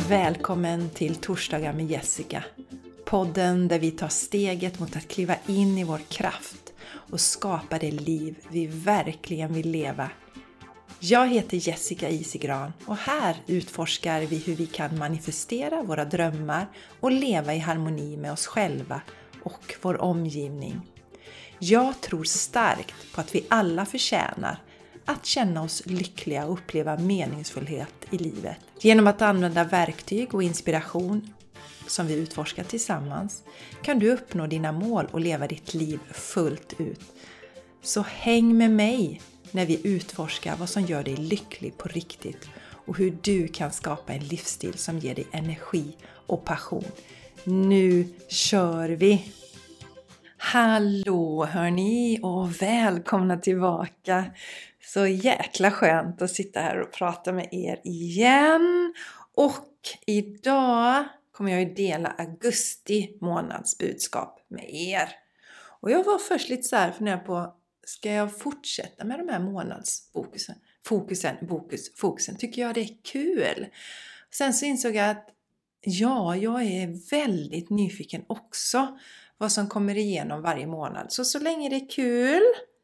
Välkommen till Torsdagar med Jessica. Podden där vi tar steget mot att kliva in i vår kraft och skapa det liv vi verkligen vill leva. Jag heter Jessica Isigran och här utforskar vi hur vi kan manifestera våra drömmar och leva i harmoni med oss själva och vår omgivning. Jag tror starkt på att vi alla förtjänar att känna oss lyckliga och uppleva meningsfullhet i livet. Genom att använda verktyg och inspiration som vi utforskar tillsammans kan du uppnå dina mål och leva ditt liv fullt ut. Så häng med mig när vi utforskar vad som gör dig lycklig på riktigt och hur du kan skapa en livsstil som ger dig energi och passion. Nu kör vi! Hallå hörni och välkomna tillbaka. Så jäkla skönt att sitta här och prata med er igen. Och idag kommer jag att dela augusti månads budskap med er. Och jag var först lite så här funderade på, ska jag fortsätta med de här månadsfokusen? Fokusen, tycker jag det är kul. Sen så insåg jag att jag är väldigt nyfiken också vad som kommer igenom varje månad. Så länge det är kul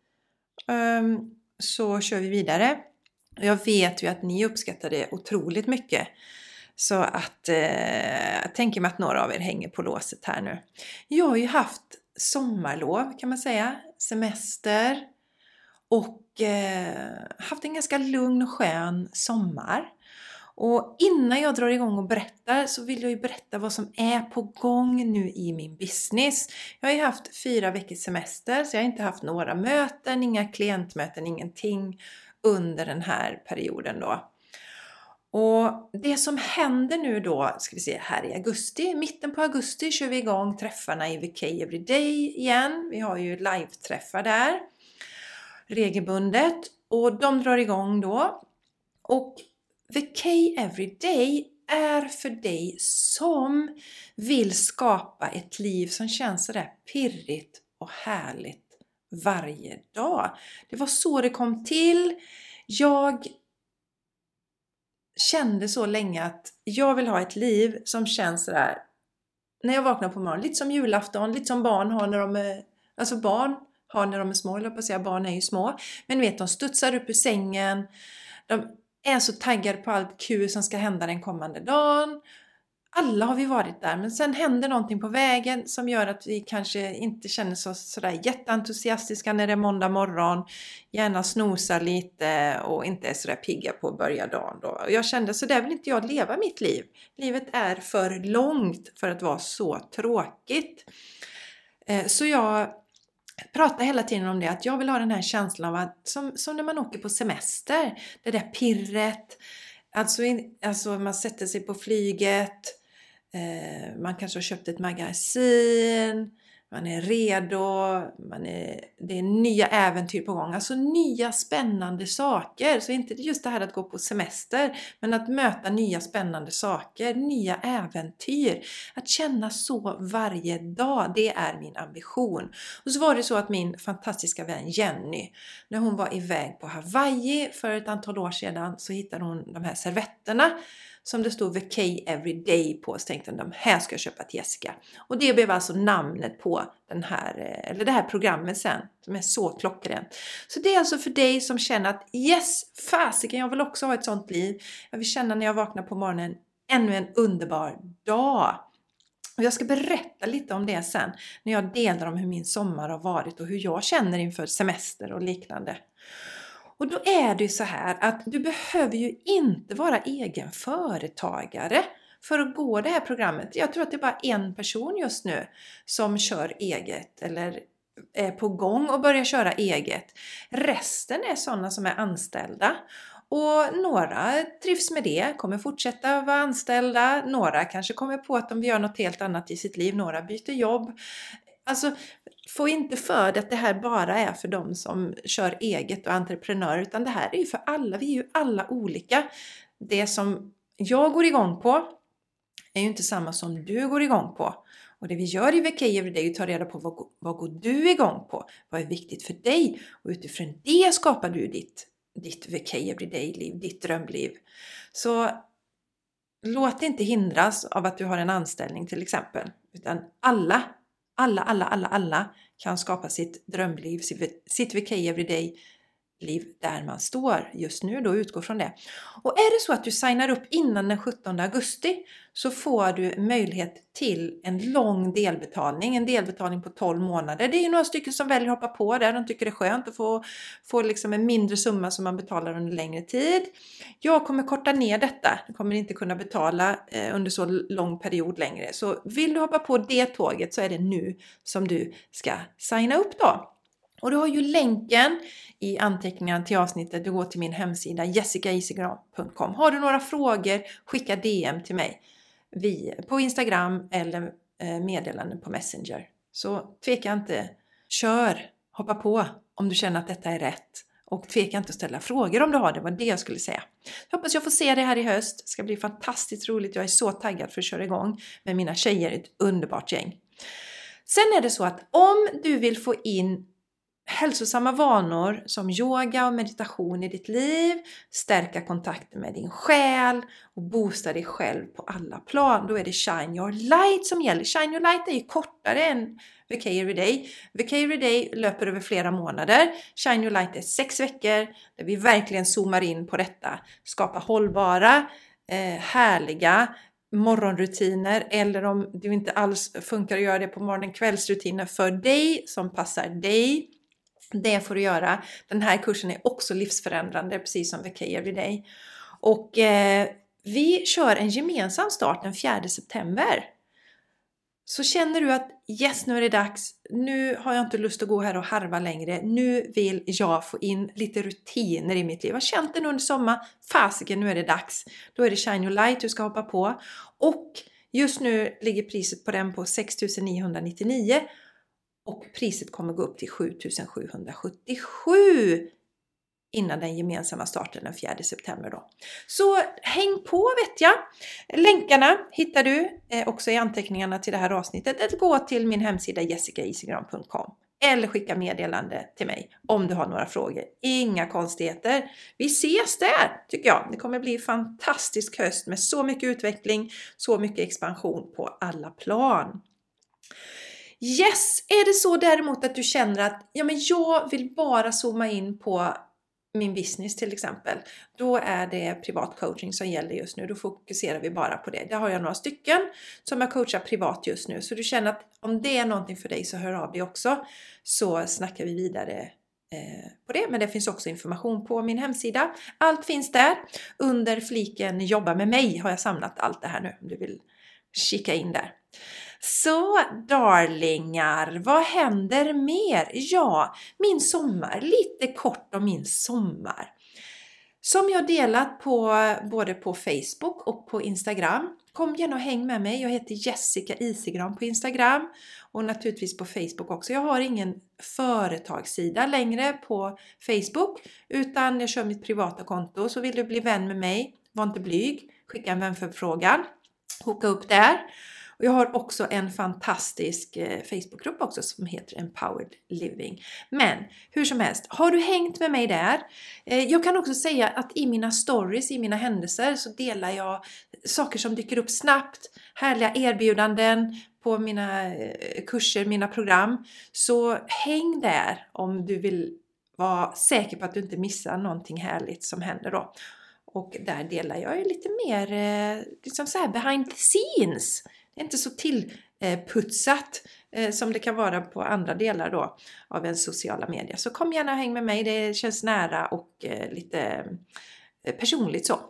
så kör vi vidare. Jag vet ju att ni uppskattar det otroligt mycket. Så att jag tänker mig att några av er hänger på låset här nu. Jag har ju haft sommarlov kan man säga. Semester. Och haft en ganska lugn och skön sommar. Och innan jag drar igång och berättar så vill jag ju berätta vad som är på gång nu i min business. Jag har ju haft 4 veckors semester så jag har inte haft några möten, inga klientmöten, ingenting under den här perioden då. Och det som händer nu då, ska vi se här i augusti, mitten på augusti kör vi igång träffarna i VK Everyday igen. Vi har ju live-träffar där regelbundet och de drar igång då. Och VK Everyday är för dig som vill skapa ett liv som känns sådär pirrigt och härligt varje dag. Det var så det kom till. Jag kände så länge att jag vill ha ett liv som känns sådär när jag vaknar på morgonen. Lite som julafton, lite som barn har när de är, alltså barn har när de är små. Jag på att säga, barn är ju små. Men vet, de studsar upp ur sängen. De är så taggade på allt kul som ska hända den kommande dagen. Alla har vi varit där, men sen händer någonting på vägen som gör att vi kanske inte känner oss sådär jätteentusiastiska när det är måndag morgon. Gärna snosar lite och inte är sådär pigga på att börja dagen då. Och jag kände så där vill inte jag leva mitt liv. Livet är för långt för att vara så tråkigt. Så jag pratar hela tiden om det, att jag vill ha den här känslan av att som när man åker på semester, det där pirret, alltså man sätter sig på flyget, man kanske har köpt ett magasin, man är redo, det är nya äventyr på gång, alltså nya spännande saker. Så inte just det här att gå på semester, men att möta nya spännande saker, nya äventyr. Att känna så varje dag, det är min ambition. Och så var det så att min fantastiska vän Jenny, när hon var iväg på Hawaii för ett antal år sedan, så hittade hon de här servetterna som det stod VK Everyday på, så tänkte de här ska jag köpa till Jessica. Och det blev alltså namnet på den här, eller det här programmet sen, som är så klockrent. Så det är alltså för dig som känner att yes, fasiken, jag vill också ha ett sånt liv. Jag vill känna när jag vaknar på morgonen, ännu en underbar dag. Och jag ska berätta lite om det sen, när jag delar om hur min sommar har varit och hur jag känner inför semester och liknande. Och då är det ju så här att du behöver ju inte vara egen företagare för att gå det här programmet. Jag tror att det är bara en person just nu som kör eget eller är på gång och börjar köra eget. Resten är sådana som är anställda. Och några trivs med det, kommer fortsätta vara anställda. Några kanske kommer på att de vill göra något helt annat i sitt liv. Några byter jobb. Alltså, få inte för att det här bara är för de som kör eget och entreprenörer, utan det här är ju för alla. Vi är ju alla olika. Det som jag går igång på är ju inte samma som du går igång på. Och det vi gör i VK Everyday är att ta reda på vad går du igång på? Vad är viktigt för dig? Och utifrån det skapar du ditt VK Everyday-liv, ditt drömliv. Så låt inte hindras av att du har en anställning till exempel. Utan alla kan skapa sitt drömliv, sitt VK Everyday liv där man står just nu då, utgå från det. Och är det så att du signar upp innan den 17 augusti så får du möjlighet till en lång delbetalning, en delbetalning på 12 månader. Det är ju några stycken som väljer att hoppa på det, de tycker det är skönt att få liksom en mindre summa som man betalar under längre tid. Jag kommer korta ner detta, jag kommer inte kunna betala under så lång period längre. Så vill du hoppa på det tåget så är det nu som du ska signa upp då. Och du har ju länken i anteckningarna till avsnittet. Du går till min hemsida jessicaisigran.com. Har du några frågor, skicka DM till mig på Instagram eller meddelanden på Messenger. Så tveka inte, hoppa på om du känner att detta är rätt. Och tveka inte att ställa frågor om du har det, var det jag skulle säga. Jag hoppas jag får se det här i höst. Det ska bli fantastiskt roligt. Jag är så taggad för att köra igång med mina tjejer, ett underbart gäng. Sen är det så att om du vill få in hälsosamma vanor som yoga och meditation i ditt liv, stärka kontakten med din själ och boosta dig själv på alla plan, då är det Shine Your Light som gäller. Shine Your Light är ju kortare än VK Everyday. VK Everyday löper över flera månader. Shine Your Light är 6 veckor där vi verkligen zoomar in på detta. Skapa hållbara, härliga morgonrutiner, eller om du inte alls funkar att göra det på morgonen, kvällsrutiner för dig som passar dig. Det får du göra. Den här kursen är också livsförändrande, precis som VK Everyday. Och vi kör en gemensam start den 4 september. Så känner du att yes, nu är det dags. Nu har jag inte lust att gå här och harva längre. Nu vill jag få in lite rutiner i mitt liv. Jag har känt det nu under sommar. Fasiken, nu är det dags. Då är det Shine Your Light du ska hoppa på. Och just nu ligger priset på den på 6 999. Och priset kommer gå upp till 7 777 innan den gemensamma starten den 4 september då. Så häng på, vet jag. Länkarna hittar du också i anteckningarna till det här avsnittet. Eller gå till min hemsida jessicaisigran.com. Eller skicka meddelande till mig om du har några frågor. Inga konstigheter. Vi ses där, tycker jag. Det kommer bli en fantastisk höst med så mycket utveckling, så mycket expansion på alla plan. Yes, är det så däremot att du känner att men jag vill bara zooma in på min business till exempel. Då är det privat coaching som gäller just nu. Då fokuserar vi bara på det. Där har jag några stycken som jag coachar privat just nu. Så du känner att om det är någonting för dig så hör av dig också. Så snackar vi vidare på det. Men det finns också information på min hemsida. Allt finns där. Under fliken jobba med mig har jag samlat allt det här nu. Om du vill kika in där. Så darlingar, vad händer mer? Ja, min sommar. Lite kort om min sommar. Som jag delat på både på Facebook och på Instagram. Kom gärna och häng med mig. Jag heter Jessica Isigran på Instagram. Och naturligtvis på Facebook också. Jag har ingen företagssida längre på Facebook. Utan jag kör mitt privata konto. Så vill du bli vän med mig, var inte blyg. Skicka en vänförfrågan. Hooka upp där. Och jag har också en fantastisk Facebookgrupp också som heter Empowered Living. Men hur som helst, har du hängt med mig där? Jag kan också säga att i mina stories, i mina händelser så delar jag saker som dyker upp snabbt. Härliga erbjudanden på mina kurser, mina program. Så häng där om du vill vara säker på att du inte missar någonting härligt som händer då. Och där delar jag ju lite mer liksom så här behind the scenes. Det är inte så tillputsat som det kan vara på andra delar då av en sociala medier. Så kom gärna och häng med mig. Det känns nära och lite personligt så.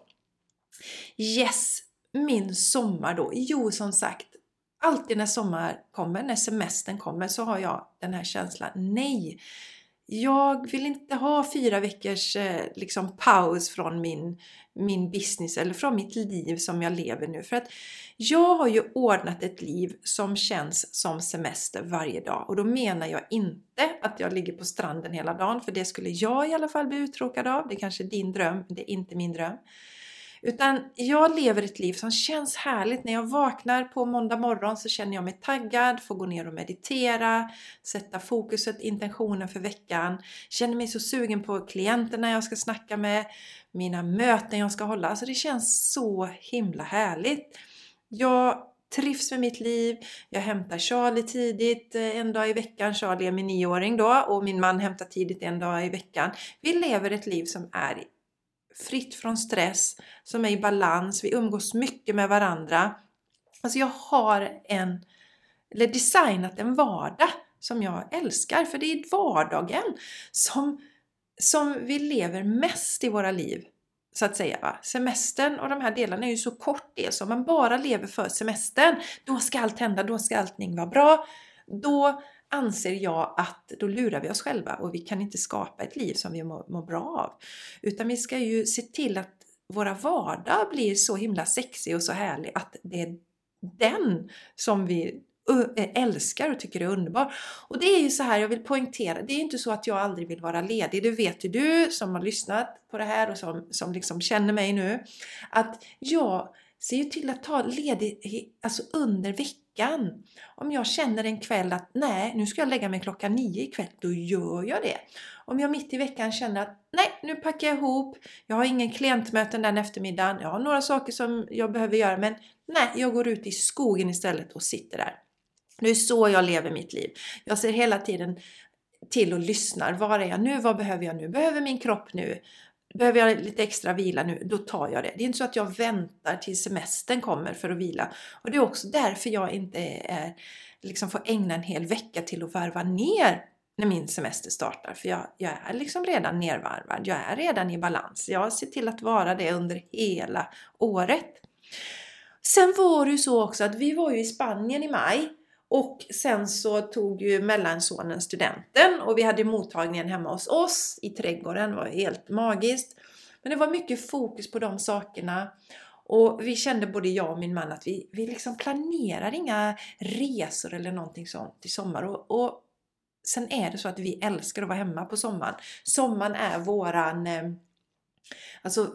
Yes, min sommar då. Jo, som sagt, alltid när sommar kommer, när semestern kommer så har jag den här känslan. Nej, jag vill inte ha 4 veckors liksom paus från min business eller från mitt liv som jag lever nu. För att jag har ju ordnat ett liv som känns som semester varje dag. Och då menar jag inte att jag ligger på stranden hela dagen. För det skulle jag i alla fall bli uttråkad av. Det är kanske din dröm, det är inte min dröm. Utan jag lever ett liv som känns härligt. När jag vaknar på måndag morgon så känner jag mig taggad, får gå ner och meditera, sätta fokuset, intentionen för veckan. Känner mig så sugen på klienterna jag ska snacka med, mina möten jag ska hålla. Alltså det känns så himla härligt. Jag trivs med mitt liv. Jag hämtar Charlie tidigt en dag i veckan. Charlie är min 9-åring då och min man hämtar tidigt en dag i veckan. Vi lever ett liv som är fritt från stress, som är i balans. Vi umgås mycket med varandra. Alltså jag har designat en vardag som jag älskar. För det är vardagen som vi lever mest i våra liv. Så att säga va. Semestern och de här delarna är ju så kort del. Så om man bara lever för semestern, då ska allt hända, då ska allting vara bra. Då anser jag att då lurar vi oss själva och vi kan inte skapa ett liv som vi mår bra av. Utan vi ska ju se till att våra vardag blir så himla sexig och så härlig att det är den som vi älskar och tycker är underbar. Och det är ju så här, jag vill poängtera, det är inte så att jag aldrig vill vara ledig. Det vet ju du som har lyssnat på det här och som liksom känner mig nu. Att jag ser ju till att ta ledig alltså under veckan. Om jag känner en kväll att nej, nu ska jag lägga mig 9:00 ikväll, då gör jag det. Om jag mitt i veckan känner att nej, nu packar jag ihop, jag har ingen klientmöten den eftermiddagen, jag har några saker som jag behöver göra, men nej, jag går ut i skogen istället och sitter där. Det är så jag lever mitt liv. Jag ser hela tiden till och lyssnar. Var är jag nu? Vad behöver jag nu? Behöver min kropp nu? Behöver jag lite extra vila nu? Då tar jag det. Det är inte så att jag väntar till semestern kommer för att vila. Och det är också därför jag inte får ägna en hel vecka till att varva ner när min semester startar. För jag är liksom redan nervarvad. Jag är redan i balans. Jag ser till att vara det under hela året. Sen var det ju så också att vi var ju i Spanien i maj. Och sen så tog ju mellansonen studenten och vi hade mottagningen hemma hos oss i trädgården. Det var helt magiskt. Men det var mycket fokus på de sakerna. Och vi kände både jag och min man att vi liksom planerar inga resor eller någonting sånt i sommar. Och sen är det så att vi älskar att vara hemma på sommaren. Sommaren är våran... Alltså,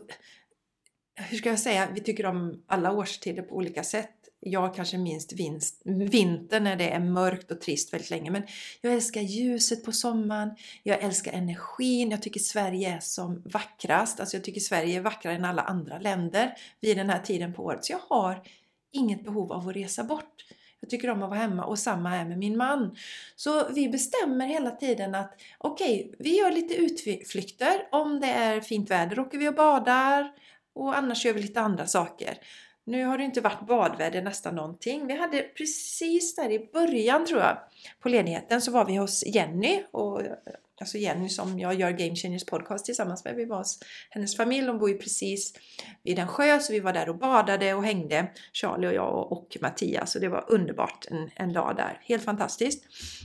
hur ska jag säga? Vi tycker om alla årstider på olika sätt. Jag kanske minst vintern när det är mörkt och trist väldigt länge. Men jag älskar ljuset på sommaren. Jag älskar energin. Jag tycker Sverige är som vackrast. Alltså jag tycker Sverige är vackrare än alla andra länder vid den här tiden på året. Så jag har inget behov av att resa bort. Jag tycker om att vara hemma och samma är med min man. Så vi bestämmer hela tiden att okej, vi gör lite utflykter. Om det är fint väder åker vi och badar. Och annars gör vi lite andra saker. Nu har det inte varit badväder nästan någonting. Vi hade precis där i början tror jag på ledigheten så var vi hos Jenny. Och, alltså Jenny som jag gör Game Changers podcast tillsammans med. Vi var hos hennes familj. De bor ju precis vid en sjö så vi var där och badade och hängde. Charlie och jag och Mattias. Så det var underbart en dag där. Helt fantastiskt.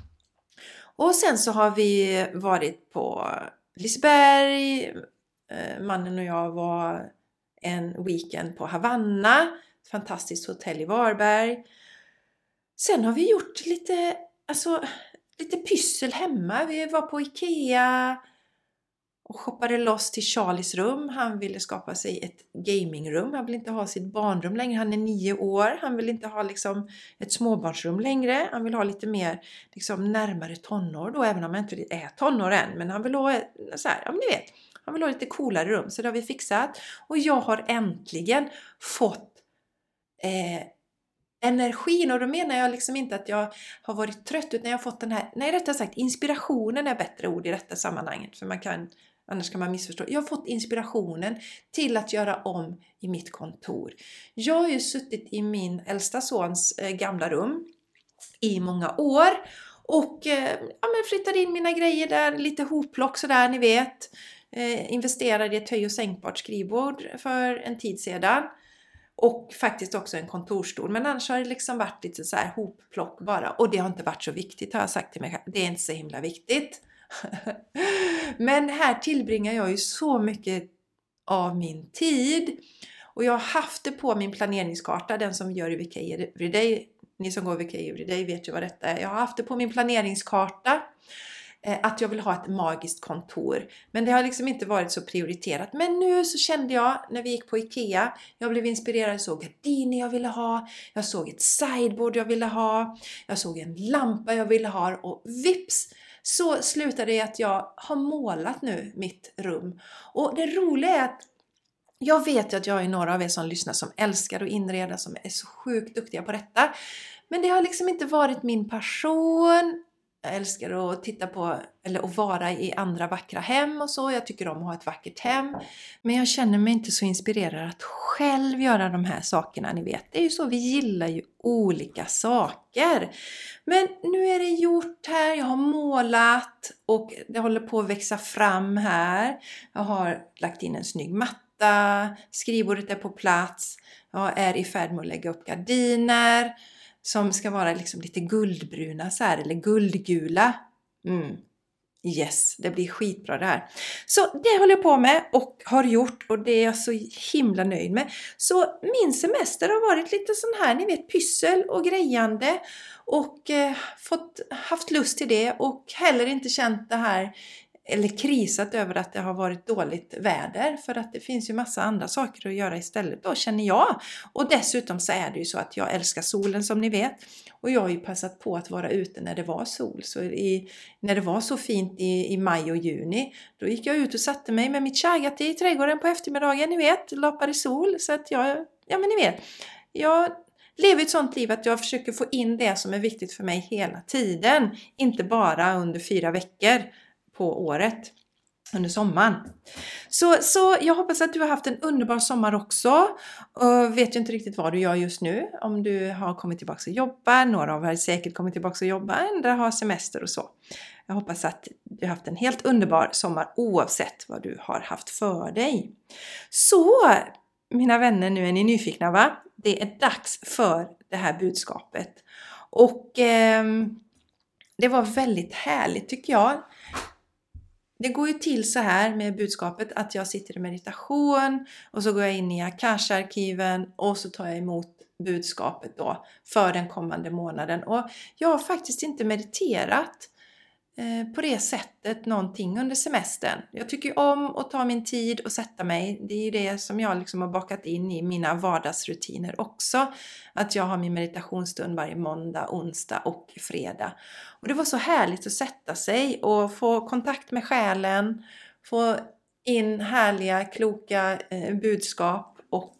Och sen så har vi varit på Liseberg. Mannen och jag var en weekend på Havanna. Ett fantastiskt hotell i Varberg. Sen har vi gjort lite pyssel hemma. Vi var på Ikea och shoppade loss till Charlies rum. Han ville skapa sig ett gamingrum. Han vill inte ha sitt barnrum längre. Han är 9 år. Han vill inte ha liksom ett småbarnsrum längre. Han vill ha lite mer liksom närmare tonår då. Även om han inte är tonår än. Men han vill ha så här, ja men ni vet. Han vill ha lite coolare rum. Så det har vi fixat. Och jag har äntligen fått energin. Och då menar jag liksom inte att jag har varit trött. Utan jag har fått den här, nej rättare sagt inspirationen är bättre ord i detta sammanhanget. För annars kan man missförstå. Jag har fått inspirationen till att göra om i mitt kontor. Jag har ju suttit i min äldsta sons gamla rum i många år. Och flyttade in mina grejer där. Lite hopplock sådär ni vet. Investerade i ett höj- och sänkbart skrivbord för en tid sedan. Och faktiskt också en kontorstol. Men annars har det liksom varit lite så här hopplock bara. Och det har inte varit så viktigt har jag sagt till mig själv. Det är inte så himla viktigt. Men här tillbringar jag ju så mycket av min tid. Och jag har haft det på min planeringskarta. Den som gör i VK Everyday. Ni som går VK Everyday vet ju vad detta är. Jag har haft det på min planeringskarta. att jag vill ha ett magiskt kontor. Men det har liksom inte varit så prioriterat. Men nu så kände jag när vi gick på Ikea, jag blev inspirerad, jag såg gardiner jag ville ha, jag såg ett sideboard jag ville ha, jag såg en lampa jag ville ha och vips så slutade det att jag har målat nu mitt rum. Och det roliga är att jag vet ju att jag är några av er som lyssnar som älskar att inreda, som är så sjukt duktiga på detta. Men det har liksom inte varit min passion. Jag älskar att titta på eller att vara i andra vackra hem och så. Jag tycker om att ha ett vackert hem. Men jag känner mig inte så inspirerad att själv göra de här sakerna, ni vet. Det är ju så, vi gillar ju olika saker. Men nu är det gjort här, jag har målat och det håller på att växa fram här. Jag har lagt in en snygg matta, skrivbordet är på plats. Jag är i färd med att lägga upp gardiner som ska vara liksom lite guldbruna så här, eller guldgula. Yes, det blir skitbra det här. Så det håller jag på med och har gjort och det är jag så himla nöjd med. Så min semester har varit lite sån här, ni vet, pyssel och grejande och haft lust till det och heller inte känt det här eller krisat över att det har varit dåligt väder, för att det finns ju massa andra saker att göra istället då, känner jag. Och dessutom så är det ju så att jag älskar solen, som ni vet, och jag har ju passat på att vara ute när det var sol. Så när det var så fint i maj och juni, då gick jag ut och satte mig med mitt chagati i trädgården på eftermiddagen, ni vet, loppar i sol. Så att jag lever ett sånt liv att jag försöker få in det som är viktigt för mig hela tiden, inte bara under 4 veckor på året, under sommaren. Så jag hoppas att du har haft en underbar sommar också. Och vet ju inte riktigt vad du gör just nu. Om du har kommit tillbaka och jobbar. Några av er har säkert kommit tillbaka och jobbar. Andra har semester och så. Jag hoppas att du har haft en helt underbar sommar oavsett vad du har haft för dig. Så mina vänner, nu är ni nyfikna, va? Det är dags för det här budskapet. Och det var väldigt härligt tycker jag. Det går ju till så här med budskapet att jag sitter i meditation och så går jag in i Akasha-arkiven och så tar jag emot budskapet då för den kommande månaden. Och jag har faktiskt inte mediterat på det sättet någonting under semestern. Jag tycker om att ta min tid och sätta mig. Det är ju det som jag liksom har bakat in i mina vardagsrutiner också. Att jag har min meditationsstund varje måndag, onsdag och fredag. Och det var så härligt att sätta sig och få kontakt med själen. Få in härliga, kloka budskap och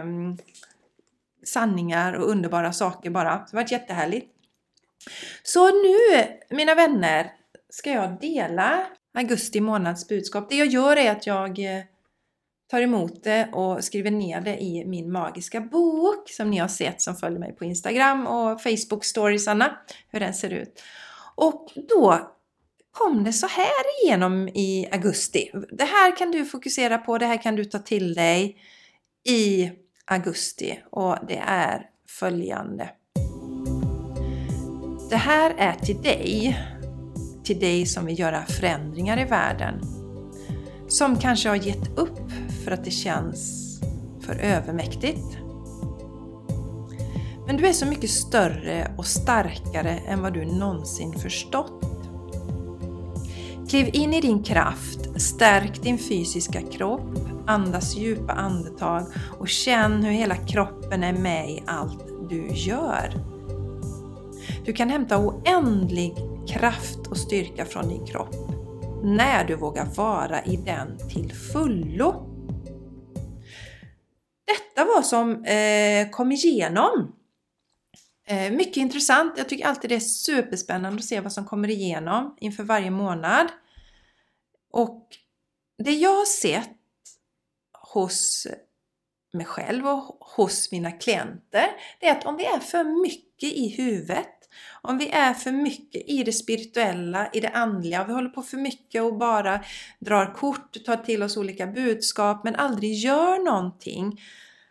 sanningar och underbara saker bara. Det har varit jättehärligt. Så nu, mina vänner, ska jag dela augusti månads budskap. Det jag gör är att jag tar emot det och skriver ner det i min magiska bok som ni har sett som följer mig på Instagram och Facebook storiesarna, hur den ser ut. Och då kom det så här igenom i augusti. Det här kan du fokusera på, det här kan du ta till dig i augusti och det är följande. Det här är till dig som vill göra förändringar i världen. Som kanske har gett upp för att det känns för övermäktigt. Men du är så mycket större och starkare än vad du någonsin förstått. Kliv in i din kraft, stärk din fysiska kropp, andas djupa andetag och känn hur hela kroppen är med i allt du gör. Du kan hämta oändlig kraft och styrka från din kropp när du vågar vara i den till fullo. Detta var som kom igenom. Mycket intressant. Jag tycker alltid det är superspännande att se vad som kommer igenom inför varje månad. Och det jag har sett hos mig själv och hos mina klienter, det är att om vi är för mycket i huvudet, om vi är för mycket i det spirituella, i det andliga, vi håller på för mycket och bara drar kort, tar till oss olika budskap men aldrig gör någonting,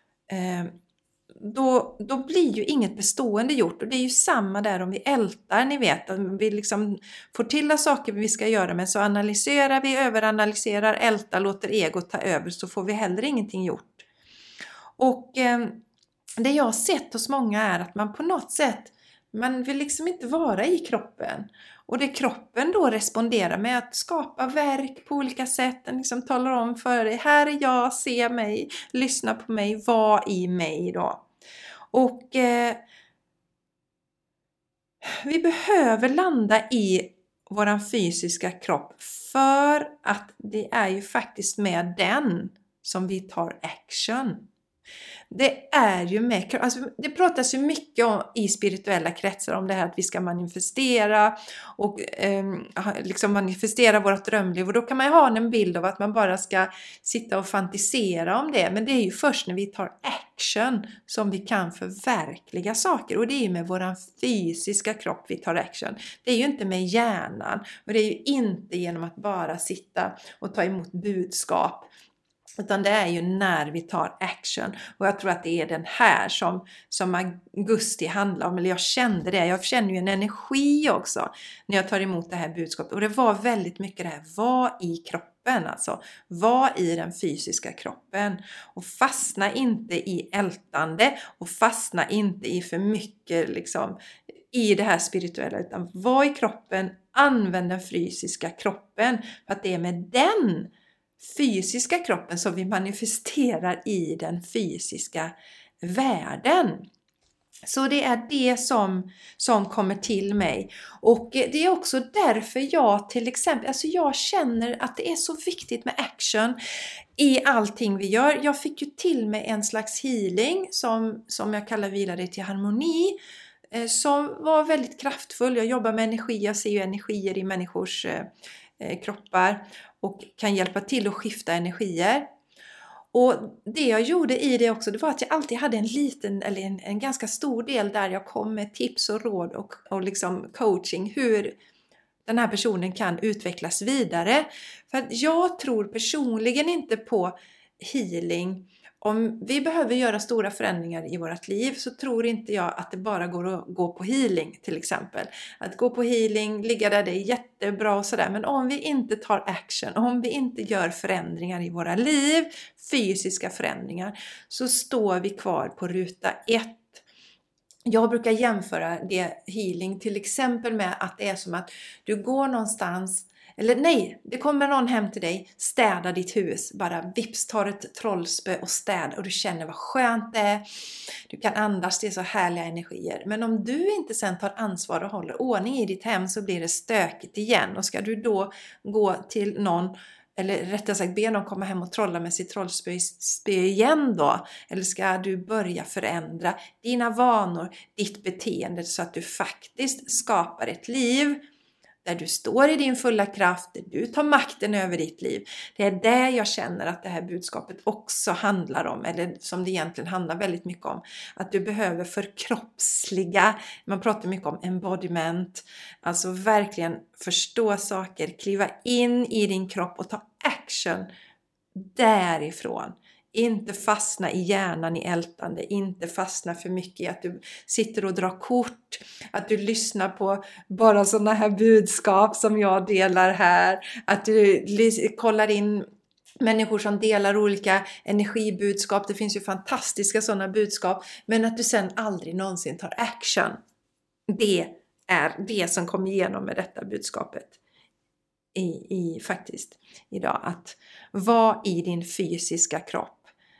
då blir ju inget bestående gjort. Och det är ju samma där om vi ältar, ni vet, om vi liksom får till oss saker vi ska göra, men så analyserar vi, överanalyserar, ältar, låter egot ta över, så får vi heller ingenting gjort. Och det jag har sett hos många är att man på något sätt, man vill liksom inte vara i kroppen. Och det kroppen då responderar med att skapa verk på olika sätt. Den liksom talar om för dig, här är jag, se mig, lyssna på mig, var i mig då. Och vi behöver landa i våran fysiska kropp för att det är ju faktiskt med den som vi tar action. Det är ju med, alltså det pratas ju mycket om, i spirituella kretsar om det här att vi ska manifestera och liksom manifestera vårt drömliv, och då kan man ju ha en bild av att man bara ska sitta och fantisera om det, men det är ju först när vi tar action som vi kan förverkliga saker, och det är ju med våran fysiska kropp vi tar action. Det är ju inte med hjärnan, och det är ju inte genom att bara sitta och ta emot budskap. Utan det är ju när vi tar action. Och jag tror att det är den här som augusti handlar om. Eller jag kände det. Jag känner ju en energi också när jag tar emot det här budskapet. Och det var väldigt mycket det här. Var i kroppen alltså. Var i den fysiska kroppen. Och fastna inte i ältande. Och fastna inte i för mycket liksom i det här spirituella. Utan var i kroppen. Använd den fysiska kroppen. För att det är med den fysiska kroppen som vi manifesterar i den fysiska världen. Så det är det som kommer till mig. Och det är också därför jag till exempel, alltså jag känner att det är så viktigt med action i allting vi gör. Jag fick ju till mig en slags healing som jag kallar vila dig till harmoni. Som var väldigt kraftfull. Jag jobbar med energi, jag ser ju energier i människors kroppar och kan hjälpa till att skifta energier. Och det jag gjorde i det också, det var att jag alltid hade en liten eller en ganska stor del där jag kom med tips och råd och liksom coaching hur den här personen kan utvecklas vidare. För att jag tror personligen inte på healing. Om vi behöver göra stora förändringar i vårt liv så tror inte jag att det bara går att gå på healing till exempel. Att gå på healing, ligga där, det är jättebra och sådär. Men om vi inte tar action, om vi inte gör förändringar i våra liv, fysiska förändringar, så står vi kvar på ruta 1. Jag brukar jämföra det healing till exempel med att det är som att du går någonstans. Eller nej, det kommer någon hem till dig, städa ditt hus, bara vips tar ett trollspö och städ och du känner vad skönt det är. Du kan andas, det är så härliga energier. Men om du inte sen tar ansvar och håller ordning i ditt hem så blir det stökigt igen. Och ska du då gå till någon, eller rättare sagt be någon komma hem och trolla med sitt trollspö igen då? Eller ska du börja förändra dina vanor, ditt beteende så att du faktiskt skapar ett liv där du står i din fulla kraft, där du tar makten över ditt liv. Det är det jag känner att det här budskapet också handlar om. Eller som det egentligen handlar väldigt mycket om. Att du behöver förkroppsliga. Man pratar mycket om embodiment. Alltså verkligen förstå saker. Kliva in i din kropp och ta action därifrån. Inte fastna i hjärnan i ältande. Inte fastna för mycket i att du sitter och drar kort. Att du lyssnar på bara sådana här budskap som jag delar här. Att du kollar in människor som delar olika energibudskap. Det finns ju fantastiska sådana budskap. Men att du sen aldrig någonsin tar action. Det är det som kommer igenom med detta budskapet. Faktiskt idag. Att vara i din fysiska kropp.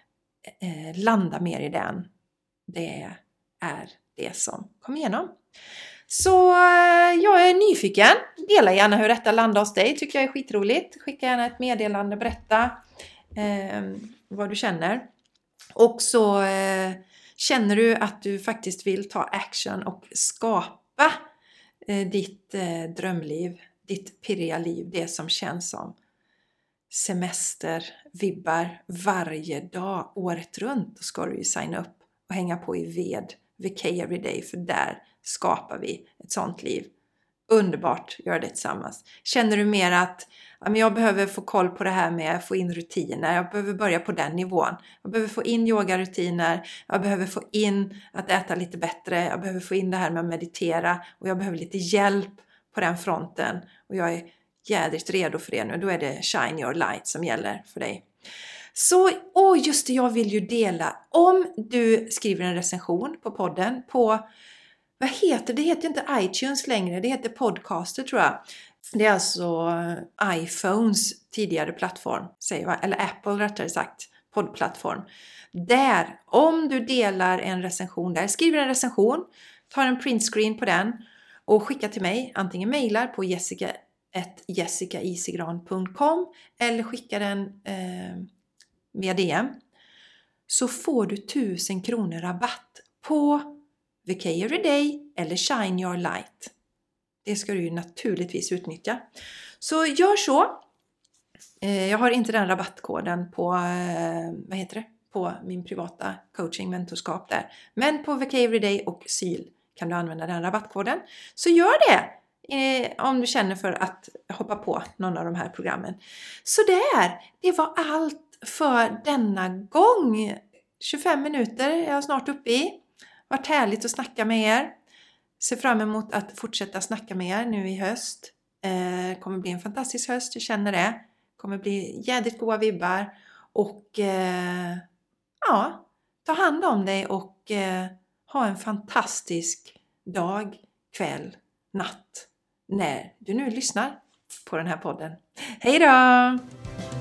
Landa mer i den. Det är det som kommer igenom. Så jag är nyfiken. Dela gärna hur detta landar hos dig. Tycker jag är skitroligt. Skicka gärna ett meddelande. Berätta vad du känner. Och så känner du att du faktiskt vill ta action och skapa ditt drömliv. Ditt pirriga liv. Det som känns som semester, vibbar varje dag, året runt. Då ska du ju signa upp och hänga på i VK Everyday, för där skapar vi ett sånt liv. Underbart, gör det tillsammans. Känner du mer att jag behöver få koll på det här med att få in rutiner. Jag behöver börja på den nivån. Jag behöver få in yogarutiner. Jag behöver få in att äta lite bättre. Jag behöver få in det här med att meditera. Och jag behöver lite hjälp på den fronten. Och jag är jädrigt redo för det nu. Då är det Shine Your Light som gäller för dig. Så, just det, jag vill ju dela. Om du skriver en recension på podden på vad heter det? Det heter inte iTunes längre, det heter Podcaster tror jag. Det är alltså iPhones tidigare plattform, eller Apple rättare sagt, poddplattform. Där, om du delar en recension där, skriver en recension, tar en printscreen på den och skickar till mig, antingen mejlar på jessicaisigran.com eller skickar den via DM, så får du 1000 kronor rabatt på VK Every Day eller Shine Your Light. Det ska du ju naturligtvis utnyttja. Så gör så. Jag har inte den rabattkoden på, på min privata coaching mentorskap där. Men på VK Every Day och SYL kan du använda den rabattkoden. Så gör det om du känner för att hoppa på någon av de här programmen. Så det var allt för denna gång. 25 minuter är jag snart uppe i. Varit härligt att snacka med er. Ser fram emot att fortsätta snacka med er nu i höst. Kommer bli en fantastisk höst, jag känner det. Kommer bli jädrigt goda vibbar. Och ta hand om dig och ha en fantastisk dag, kväll, natt. När du nu lyssnar på den här podden. Hej då!